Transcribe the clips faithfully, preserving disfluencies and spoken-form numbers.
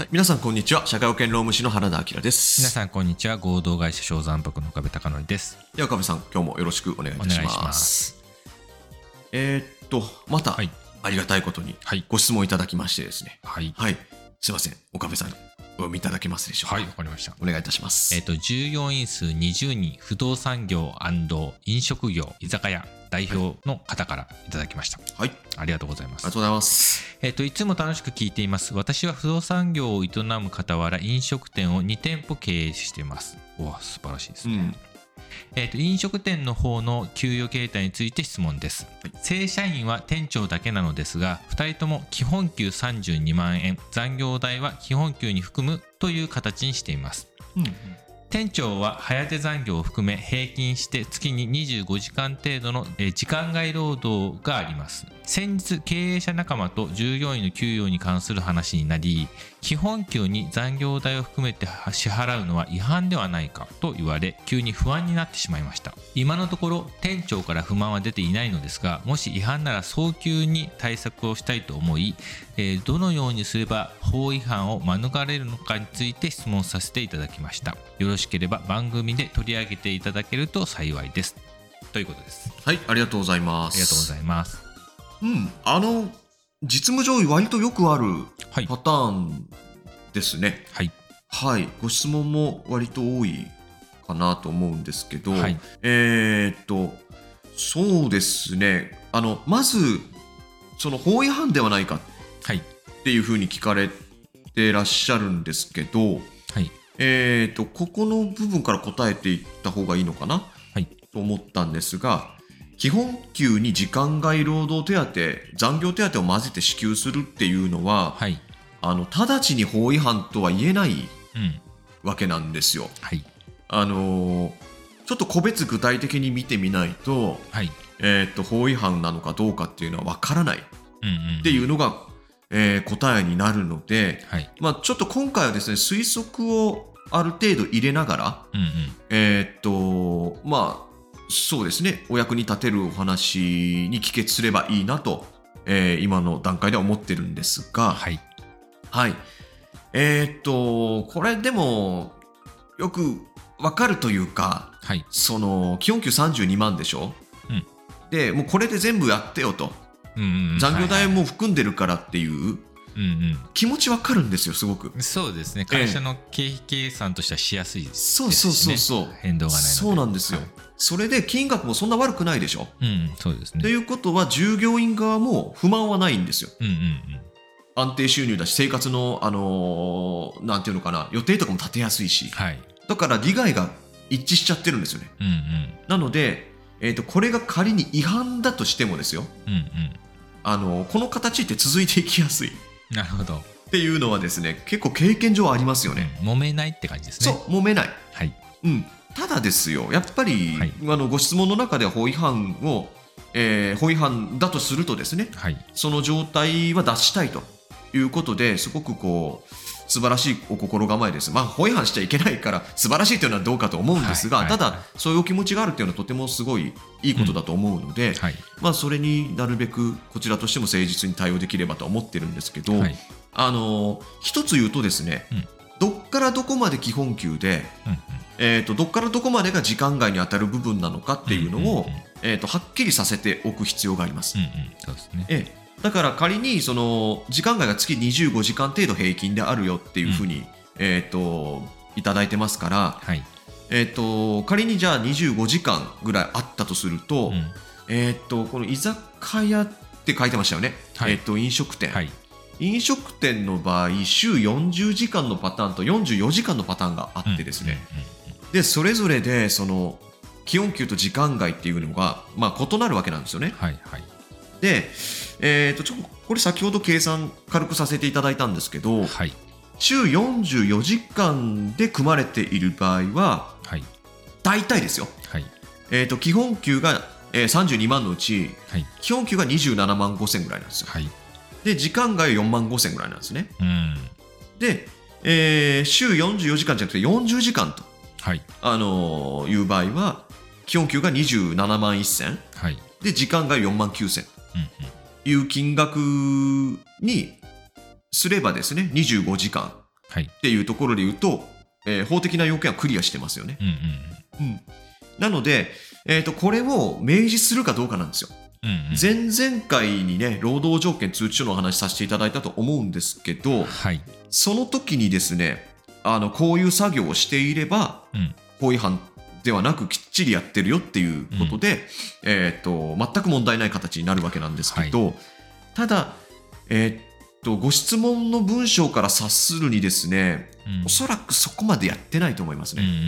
皆さんこんにちは。社会保険労務士の原田明です。 皆さんこんにちは。合同会社小残白の岡部貴則です。 では岡部さん、今日もよろしくお願いいたします。お願いします。えー、っとまた、はい、ありがたいことにご質問いただきましてですね。はい、はい、すいません、岡部さんお読みいただけますでしょうか。 はい、わかりました。 お願いいたします。 えー、っと従業員数にじゅうにん、不動産業&飲食業居酒屋代表の方からいただきました。はい、ありがとうございます。 ありがとうございます。 えっといつも楽しく聞いています。私は不動産業を営む傍ら飲食店をに店舗経営しています。おー、素晴らしいですね。うん、えっと飲食店の方の給与形態について質問です。はい、正社員は店長だけなのですが、ふたりとも基本給さんじゅうにまんえん、残業代は基本給に含むという形にしています。うんうん、店長は早出残業を含め平均して月ににじゅうごじかん程度の時間外労働があります。先日経営者仲間と従業員の給与に関する話になり、基本給に残業代を含めて支払うのは違反ではないかと言われ、急に不安になってしまいました。今のところ店長から不満は出ていないのですが、もし違反なら早急に対策をしたいと思い、えー、どのようにすれば法違反を免れるのかについて質問させていただきました。よろしければ番組で取り上げていただけると幸いです、ということです。 はい、ありがとうございます。 ありがとうございます。 うん、あの実務上割とよくあるパターンですね。はい、はい、ご質問も割と多いかなと思うんですけど、はい、えー、っとそうですね、あのまずその法違反ではないかっていうふうに聞かれてらっしゃるんですけど、はい、えー、とここの部分から答えていった方がいいのかな、はい、と思ったんですが、基本給に時間外労働手当、残業手当を混ぜて支給するっていうのは、はい、あの直ちに法違反とは言えない、うん、わけなんですよ。はい、あのー、ちょっと個別具体的に見てみないと、はい、えー、と法違反なのかどうかっていうのはわからないっていうのが、えー、答えになるので、はい、まあ、ちょっと今回はですね、推測をある程度入れながら、うんうん、えー、っとまあそうですね、お役に立てるお話に帰結すればいいなと、えー、今の段階では思ってるんですが、はい、はい、えー、っとこれでもよくわかるというか、はい、その基本給さんじゅうにまんでしょ、うん、でもうこれで全部やってよと、うんうんうん、残業代も含んでるからっていう、うんうん、気持ちわかるんですよ、すごく。 そうですね、会社の経費計算としてはしやすいですね。 そうそうそうそう、 変動がないので。 そうなんですよ、はい、それで金額もそんな悪くないでしょ、 うん、そうですね。 ということは従業員側も不満はないんですよ、うんうんうん、安定収入だし生活の、あのー、なんていうのかな、予定とかも立てやすいし、はい、だから利害が一致しちゃってるんですよね、うんうん、なので、えーと、これが仮に違反だとしてもですよ、うんうん、あのこの形って続いていきやすい。なるほど。っていうのはですね、結構経験上ありますよね、 うん、揉めないって感じですね。 そう、揉めない、はい、うん、ただですよ、やっぱり、はい、あのご質問の中では法違反を、えー、法違反だとするとですね、はい、その状態は脱したいということですごくこう素晴らしいお心構えです。まあ法違反しちゃいけないから素晴らしいというのはどうかと思うんですが、はいはい、ただそういうお気持ちがあるというのはとてもすごいいいことだと思うので、うん、はい、まあ、それになるべくこちらとしても誠実に対応できればと思ってるんですけど、はい、あの一つ言うとですね、うん、どっからどこまで基本給で、うんうん、えー、とどっからどこまでが時間外に当たる部分なのかっていうのを、うんうんうん、えー、とはっきりさせておく必要があります。うんうん、そうですね。ええ、だから仮にその時間外が月にじゅうごじかん程度平均であるよっていうふうに、うん、えー、といただいてますから、はい、えー、と仮にじゃあにじゅうごじかんぐらいあったとすると、うん、えー、とこの居酒屋って書いてましたよね、はい、えー、と飲食店、はい、飲食店の場合週よんじゅうじかんのパターンとよんじゅうよじかんのパターンがあってですね、うんうんうん、でそれぞれでその基本給と時間外っていうのが、まあ、異なるわけなんですよね、はいはい、で、えー、とちょっとこれ先ほど計算軽くさせていただいたんですけど、はい、週よんじゅうよじかんで組まれている場合は、はい、大体ですよ、はい、えー、と基本給が、えー、さんじゅうにまんのうち、はい、基本給がにじゅうななまんごせんぐらいなんですよ、はい、で時間外よんまんごせんぐらいなんですね、うん、で、えー、週よんじゅうよじかんじゃなくてよんじゅうじかんと、はい、あのー、いう場合は基本給がにじゅうななまんせん、はい、で時間外よんまんきゅうせんという金額にすればですね、にじゅうごじかんっていうところで言うと、えー、法的な要件はクリアしてますよね。うんうんうん、なので、えーと、これを明示するかどうかなんですよ。うんうん、前々回にね、労働条件通知書の話させていただいたと思うんですけど、はい、その時にですね、あのこういう作業をしていれば、うん、法違反ではなくきっちりやってるよっていうことで、うんえーと、全く問題ない形になるわけなんですけど、はい、ただ、えーと、ご質問の文章から察するにですね、うん、おそらくそこまでやってないと思いますね。うんうんうん、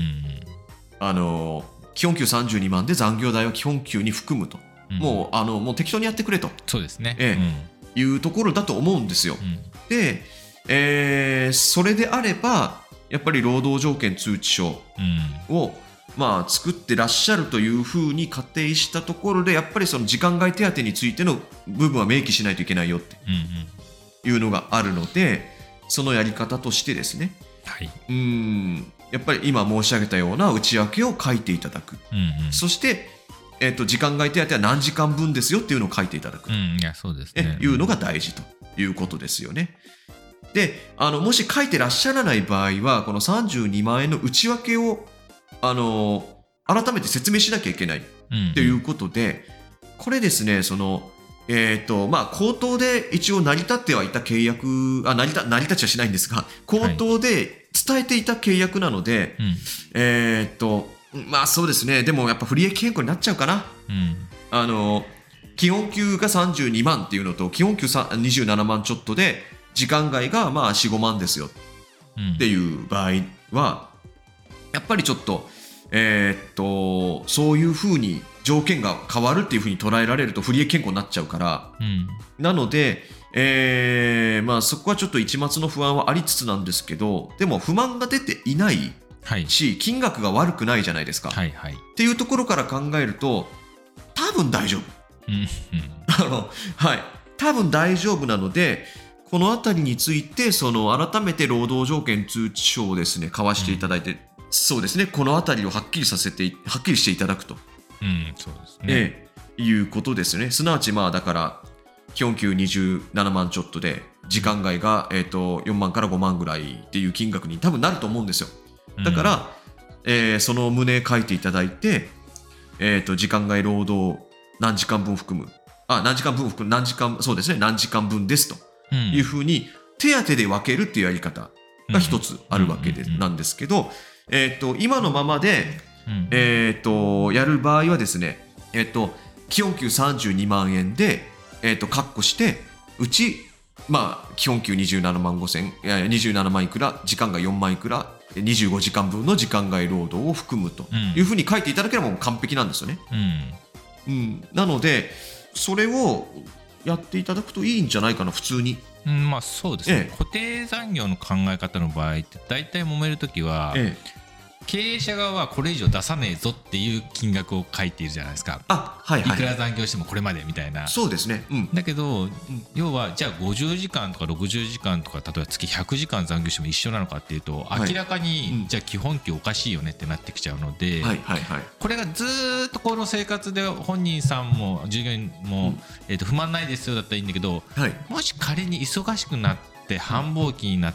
あの基本給さんじゅうにまんで残業代は基本給に含むと、うん、もうあのもう適当にやってくれと、 そうですね、 えーうん、いうところだと思うんですよ。うん、で、えー、それであればやっぱり労働条件通知書を、うんまあ、作ってらっしゃるというふうに仮定したところでやっぱりその時間外手当についての部分は明記しないといけないよっていうのがあるので、そのやり方としてですね、はい、うーんやっぱり今申し上げたような内訳を書いていただく、うんうん、そして、えーと、時間外手当は何時間分ですよっていうのを書いていただくと、うん、いやそうですね、いうのが大事ということですよね。で、あのもし書いてらっしゃらない場合はこのさんじゅうにまんえんの内訳をあの改めて説明しなきゃいけないということで、うんうん、これですね、そのえーとまあ、口頭で一応成り立ってはいた契約、あ成り立、成り立ちはしないんですが、口頭で伝えていた契約なので、はいえーとまあそうですね、でもやっぱ不利益変更になっちゃうかな。うん、あの基本給がさんじゅうにまんっていうのと基本給にじゅうななまんちょっとで時間外がまあよん、ごまんですよっていう場合は、やっぱりちょっとえー、っとそういうふうに条件が変わるっていうふうに捉えられると不利益変更になっちゃうから、うん、なので、えーまあ、そこはちょっと一抹の不安はありつつなんですけど、でも不満が出ていないし、はい、金額が悪くないじゃないですか、はいはい、っていうところから考えると多分大丈夫、うんうん、あのはい、多分大丈夫なので、このあたりについてその改めて労働条件通知書をですね交わしていただいて、うん、そうですね、このあたりをはっきりさせてはっきりしていただくと、うんそうですねえー、いうことですね。すなわちまあだから基本給にじゅうななまんちょっとで時間外が、えー、とよんまんからごまんぐらいっていう金額に多分なると思うんですよ。だから、うんえー、その旨書いていただいて、えー、と時間外労働何時間分含むあ何時間分含む何時間そうですね何時間分ですというふうに手当で分けるっていうやり方が一つあるわけで、うん、なんですけど、えー、と今のままで、うんえー、とやる場合はですね、えー、と基本給さんじゅうにまんえんで、えー、とカッコしてうち、まあ、基本給にじゅうななまんごせんいやにじゅうななまんいくら時間がよんまんいくらにじゅうごじかんぶんの時間外労働を含むというふうに書いていただければもう完璧なんですよね、うんうん、なのでそれをやっていただくといいんじゃないかな普通に。 うん、まあそうですね、ええ、固定残業の考え方の場合って大体揉めるときは、ええ、経営者側はこれ以上出さねえぞっていう金額を書いているじゃないですか。あ、はいはい、いくら残業してもこれまでみたいな。 そうですね、うん、 だけど、うん、要はじゃあごじゅうじかんとかろくじゅうじかんとか例えば月ひゃくじかん残業しても一緒なのかっていうと、はい、明らかに、うん、じゃあ基本給おかしいよねってなってきちゃうので、はいはいはい、これがずっとこの生活で本人さんも従業員も、うんえー、と不満ないですよだったらいいんだけど、はい、もし仮に忙しくなって繁忙期になって、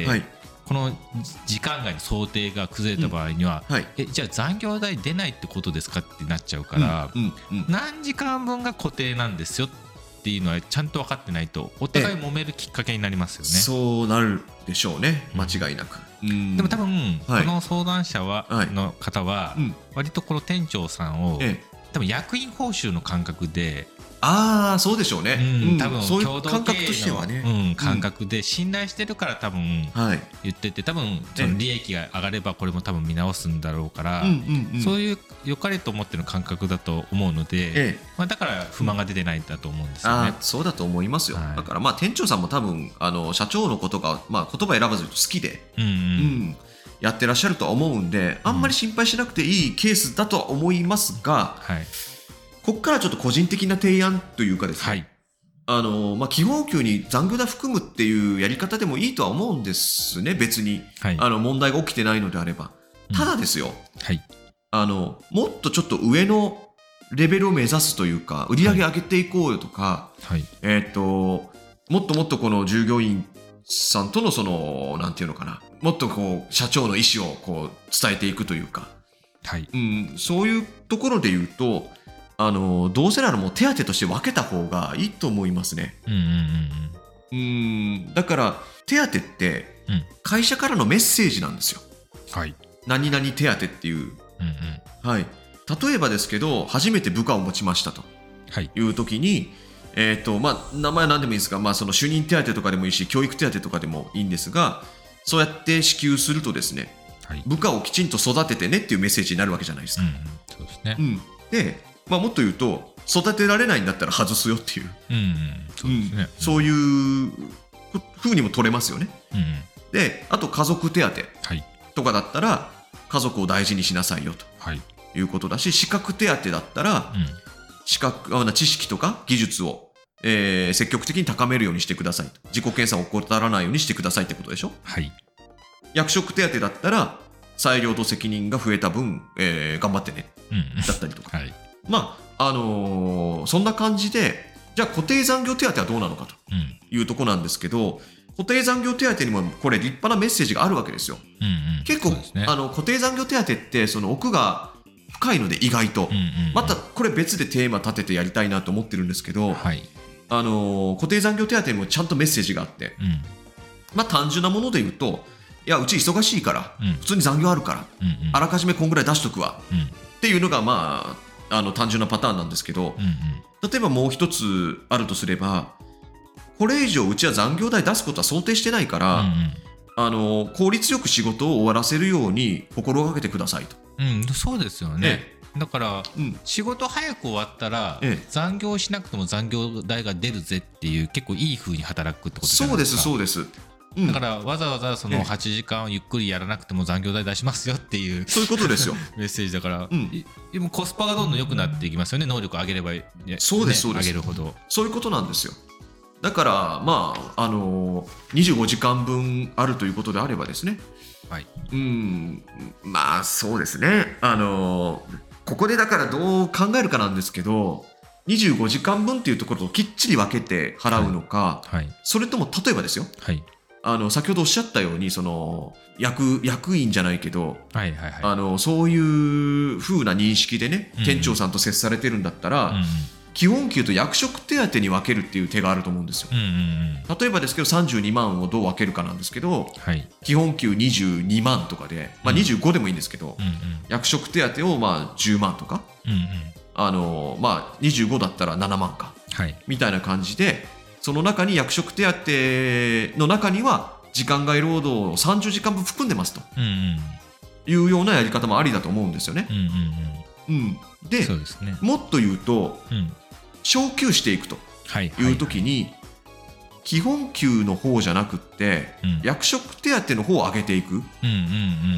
はいこの時間外の想定が崩れた場合には、うんはい、えじゃあ残業代出ないってことですかってなっちゃうから、うんうんうん、何時間分が固定なんですよっていうのはちゃんと分かってないとお互い揉めるきっかけになりますよね。 そうなるでしょうね、間違いなく、 うん、でも多分、はい、この相談者は、はい、の方は割とこの店長さんを、ええ、多分役員報酬の感覚でああそうでしょうね、 うん、多分そういう感覚としてはね、うん、感覚で信頼してるから多分言ってて、多分その利益が上がればこれも多分見直すんだろうから、そういう良かれと思っての感覚だと思うので、まあだから不満が出てないんだと思うんですよね。 あそうだと思いますよ、はい、だからまあ店長さんも多分あの社長のことがまあ言葉選ばず好きで、うんうんうんやってらっしゃるとは思うんで、あんまり心配しなくていいケースだとは思いますが、うんはいここからちょっと個人的な提案というかですね、はいあのまあ、基本給に残業代含むっていうやり方でもいいとは思うんですね別に、はい、あの問題が起きてないのであれば、ただですよ、うんはい、あのもっとちょっと上のレベルを目指すというか売り上げ上げていこうよとか、はいえー、ともっともっとこの従業員さんとのそのなんていうのかな、もっとこう社長の意思をこう伝えていくというか、 はいうん、そういうところで言うと、あのどうせならもう手当として分けた方がいいと思いますね。 うんうんうんうん、だから手当って会社からのメッセージなんですよ。 はい、 何々手当っていう、うんうん、はい、例えばですけど初めて部下を持ちましたという時に、はい、えーとまあ、名前は何でもいいですが、まあ、その主任手当とかでもいいし教育手当とかでもいいんですが、そうやって支給するとですね、はい、部下をきちんと育ててねっていうメッセージになるわけじゃないですか。うんうん、そうですね。うん、で、まあ、もっと言うと育てられないんだったら外すよっていう、うんうん、そうですね、うん、そういう風にも取れますよね。うんうん、で、あと家族手当とかだったら家族を大事にしなさいよということだし、資格手当だったら、うん、資格、知識とか技術を、えー、積極的に高めるようにしてくださいと、自己検査を怠らないようにしてくださいってことでしょ。はい、役職手当だったら裁量と責任が増えた分、えー、頑張ってね、うん、だったりとか、はい、まああのー、そんな感じで、じゃあ固定残業手当はどうなのかというところなんですけど、うん、固定残業手当にもこれ立派なメッセージがあるわけですよ。うんうん、結構、ね、あの固定残業手当ってその奥が深いので意外と、うんうんうん、またこれ別でテーマ立ててやりたいなと思ってるんですけど、はい、あのー、固定残業手当にもちゃんとメッセージがあって、うん、まあ単純なもので言うと、いやうち忙しいから、うん、普通に残業あるから、うんうん、あらかじめこんぐらい出しとくわ、うん、っていうのがまああの単純なパターンなんですけど、うんうん、例えばもう一つあるとすれば、これ以上うちは残業代出すことは想定してないから、うんうん、あの効率よく仕事を終わらせるように心がけてくださいと。 うん、そうですよね。だから、うん、仕事早く終わったら、ええ、残業しなくても残業代が出るぜっていう結構いい風に働くってことじゃないですか。 そうですそうです、うん、 だからわざわざそのはちじかんをゆっくりやらなくても残業代出しますよっていう、 そういうことですよメッセージだから、うん、でもコスパがどんどん良くなっていきますよね。能力を上げれば、ね、 そうですそうです、 上げるほどそういうことなんですよ。だからまああのにじゅうごじかんぶんあるということであればですね、はい、うん、まあそうですね、あのここでだからどう考えるかなんですけど、にじゅうごじかんぶんっていうところをきっちり分けて払うのか、はいはい、それとも例えばですよ、はい、あの先ほどおっしゃったようにその 役, 役員じゃないけど、はいはいはい、あのそういう風な認識でね、うん、店長さんと接されてるんだったら、うん、基本給と役職手当に分けるっていう手があると思うんですよ、うんうんうん、例えばですけどさんじゅうにまんをどう分けるかなんですけど、はい、基本給にじゅうにまんとかで、まあ、にじゅうごでもいいんですけど、うんうん、役職手当をまあじゅうまんとか、うんうん、あのまあ、にじゅうごだったらななまんか、はい、みたいな感じで、その中に役職手当の中には時間外労働をさんじゅうじかんぶん含んでますと、うんうん、いうようなやり方もありだと思うんですよね、うんうんうんうん、で、そうですね、もっと言うと、うん、昇給していくという時に、はいはいはい、基本給の方じゃなくって、うん、役職手当の方を上げていく、うんうんうん、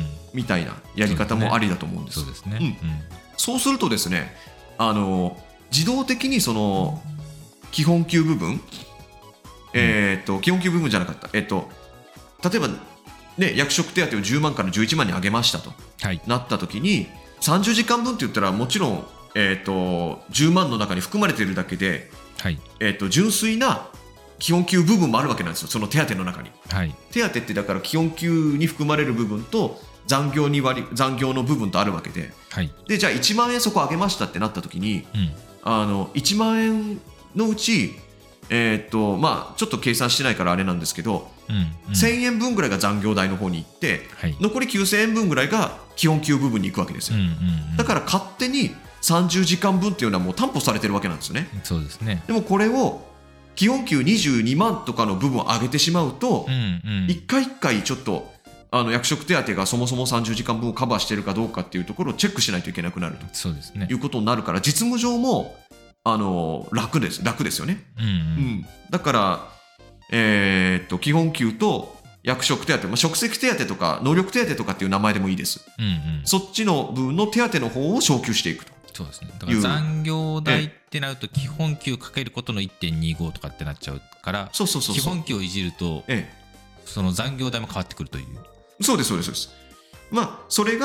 みたいなやり方もありだと思うんです。そうですね、うんうん、そうするとですね、あの自動的にその基本給部分、うん、えー、と基本給部分じゃなかった、えー、と例えば、ね、役職手当をじゅうまんからじゅういちまんに上げましたと、はい、なった時にさんじゅうじかんぶんって言ったらもちろん、えー、とじゅうまんの中に含まれているだけで、はい、えー、と純粋な基本給部分もあるわけなんですよ、その手当の中に、はい、手当ってだから基本給に含まれる部分と残業に割り残業の部分とあるわけで、はい、でじゃあいちまんえんそこ上げましたってなった時に、うん、あのいちまんえんのうち、えーっとまあ、ちょっと計算してないからあれなんですけど、うんうん、せんえんぶんぐらいが残業代の方に行って、はい、残りきゅうせんえんぶんぐらいが基本給部分に行くわけですよ、うんうんうん、だから勝手にさんじゅうじかんぶんっていうのはもう担保されてるわけなんですよね。そうですね。でもこれを基本給にじゅうにまんとかの部分を上げてしまうと、うんうん、一回一回ちょっとあの役職手当がそもそもさんじゅうじかんぶんをカバーしているかどうかっていうところをチェックしないといけなくなると、そうですね、いうことになるから、実務上もあの 楽です楽ですよね、うんうんうん、だから、えー、っと基本給と役職手当、まあ、職責手当とか能力手当とかっていう名前でもいいです、うんうん、そっちの部分の手当の方を昇給していくと。そうですね、だから残業代ってなると基本給かけることの いってんにご とかってなっちゃうから、そうそうそうそう、基本給をいじると、ええ、その残業代も変わってくるという。そうですそうですそうです。まあそれが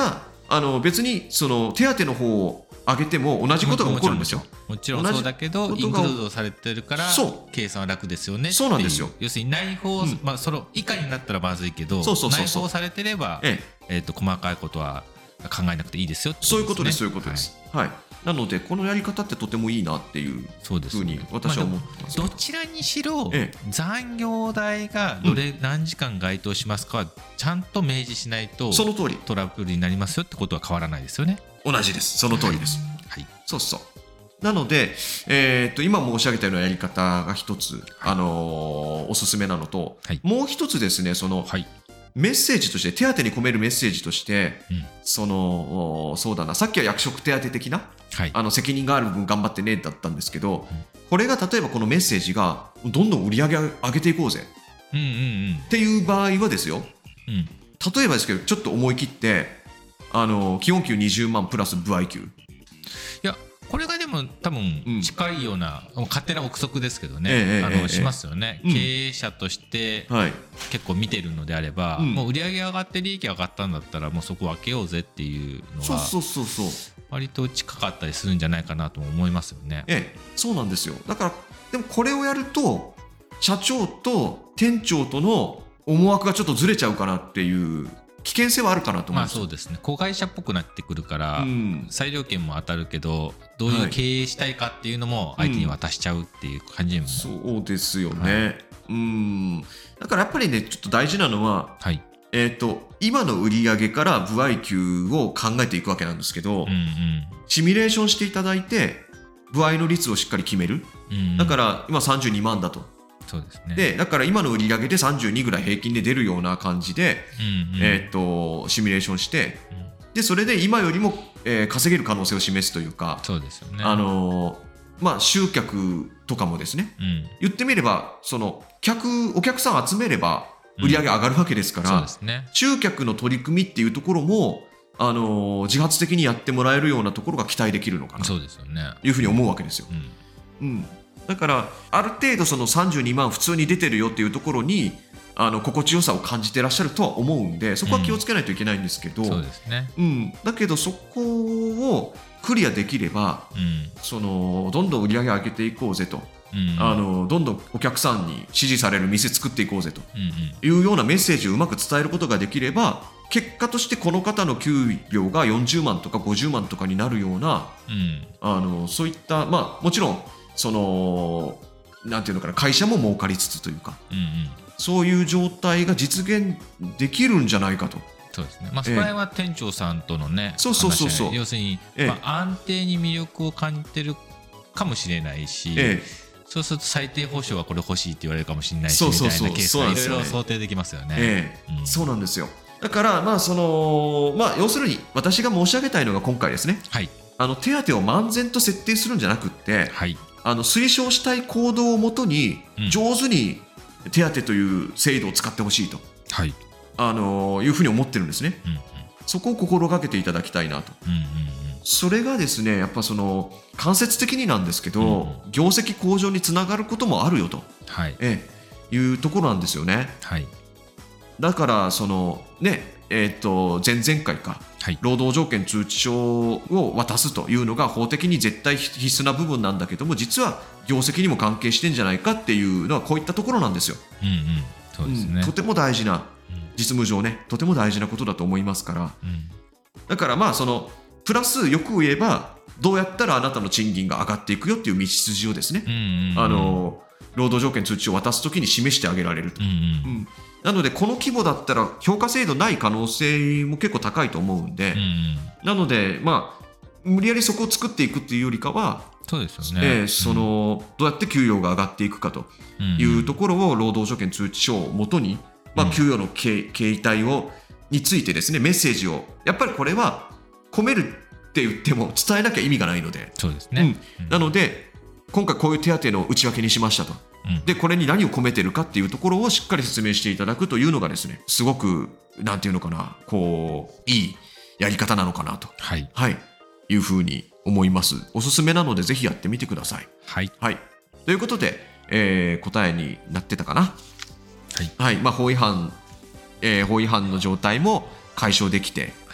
あの別にその手当の方を上げても同じことが起こるんですよ。 もちろんそうだけどインクルードされてるから計算は楽ですよねっていう。 そうなんですよ。 要するに内包、うん、まあ、その以下になったらまずいけど、 そうそうそうそう、 内包されてれば、えええー、と細かいことは考えなくていいですよってことですね。 そういうことです、そういうことです、はいはい、なのでこのやり方ってとてもいいなっていうふうに私は思ってます、 まあ、どちらにしろ、ええ、残業代がどれ、うん、何時間該当しますかはちゃんと明示しないとその通りトラブルになりますよってことは変わらないですよね。 同じです、その通りです、はいはい、そうそう。なので、えー、と今申し上げたようなやり方が一つ、はい、あのー、おすすめなのと、はい、もう一つですね、その、はい、メッセージとして手当に込めるメッセージとして、うん、そのそうだな、さっきは役職手当的な、はい、あの責任がある分頑張ってねだったんですけど、うん、これが例えばこのメッセージがどんどん売り上げ上げていこうぜ、うんうんうん、っていう場合はですよ、うん、例えばですけどちょっと思い切ってあの基本給にじゅうまんプラス歩合給、いやこれがでも多分近いような、うん、勝手な憶測ですけどね、ええあのええ、しますよね、うん、経営者として結構見てるのであれば、はい、もう売り上げ上がって利益上がったんだったらもうそこ分けようぜっていうのは割と近かったりするんじゃないかなと思いますよね。 ええ、そうなんですよ。だからでもこれをやると社長と店長との思惑がちょっとずれちゃうかなっていう危険性はあるかなと思います。 まあそうですね、子会社っぽくなってくるから、うん、裁量権も当たるけどどういう経営したいかっていうのも相手に渡しちゃうっていう感じにも、 うん、そうですよね、はい、うんだからやっぱりねちょっと大事なのは、はいえー、と今の売上から歩合給を考えていくわけなんですけど、うんうん、シミュレーションしていただいて歩合の率をしっかり決める、うんうん、だから今さんじゅうにまんだと、 そうですね、 でだから今の売り上げでさんじゅうにぐらい平均で出るような感じで、うんうんえー、とシミュレーションして、うん、でそれで今よりも、えー、稼げる可能性を示すというか、 そうですよね、 あのーまあ、集客とかもですね、うん、言ってみればその客お客さん集めれば売り上げ上がるわけですから、うんそうですね、集客の取り組みっていうところも、あのー、自発的にやってもらえるようなところが期待できるのかなというふうに思うわけですよ、うんうんだからある程度そのさんじゅうにまん普通に出てるよっていうところにあの心地よさを感じてらっしゃるとは思うんで、そこは気をつけないといけないんですけど、うんそうですねうん、だけどそこをクリアできれば、うん、そのどんどん売り上げ上げていこうぜと、うん、あのどんどんお客さんに支持される店作っていこうぜというようなメッセージをうまく伝えることができれば、結果としてこの方の給料がよんじゅうまんとかごじゅうまんとかになるような、うん、あのそういったまあもちろんそのなんていうのかな、会社も儲かりつつというか、うんうん、そういう状態が実現できるんじゃないかと。 そうですね、まあ、そこら辺は店長さんとのね、 えー、そうそうそうそう、 要するに、えーまあ、安定に魅力を感じてるかもしれないし、えー、そうすると最低報酬はこれ欲しいって言われるかもしれないし、みたいなケースがいろいろ想定できますよね。 えーうん、そうなんですよ。だからまあその、まあ、要するに私が申し上げたいのが今回ですね、はい、あの手当を漫然と設定するんじゃなくって、はいあの推奨したい行動をもとに上手に手当という制度を使ってほしいと、はい、あのいうふうに思ってるんですね、うんうん、そこを心がけていただきたいなと、うんうんうん、それがですねやっぱその間接的になんですけど、うんうん、業績向上につながることもあるよと、はいええ、いうところなんですよね、はい、だからそのねえー、と前々回か、はい、労働条件通知書を渡すというのが法的に絶対必須な部分なんだけども、実は業績にも関係してんじゃないかっていうのはこういったところなんですよ、うんうんそうですねうん、とても大事な、実務上ねとても大事なことだと思いますから、うん、だからまあそのプラスよく言えばどうやったらあなたの賃金が上がっていくよっていう道筋をですね、うんうんうん、あの労働条件通知書を渡すときに示してあげられると、うんうんうんなのでこの規模だったら評価制度ない可能性も結構高いと思うんで、うん、なのでまあ無理やりそこを作っていくっていうよりかはそうですよね、 えー、その、うん、どうやって給与が上がっていくかというところを労働条件通知書をもとに、まあ、給与の形態をについてですねメッセージをやっぱりこれは込めるって言っても伝えなきゃ意味がないので、 そうですね、 うん、なので今回こういう手当の内訳にしましたと。でこれに何を込めてるかっていうところをしっかり説明していただくというのがですねすごくなんていうのかなこういいやり方なのかなと、はいはい、いうふうに思います。おすすめなのでぜひやってみてください。はい、はい、ということで、えー、答えになってたかな。はいはいまあ、法違反、えー、法違反の状態も解消できて、はい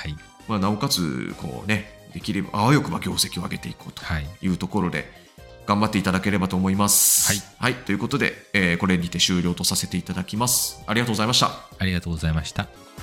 まあ、なおかつこう、ね、できればあわよくば業績を上げていこうというところで、はい、頑張っていただければと思います。はい、はい、ということで、えー、これにて終了とさせていただきます。ありがとうございました。 ありがとうございました。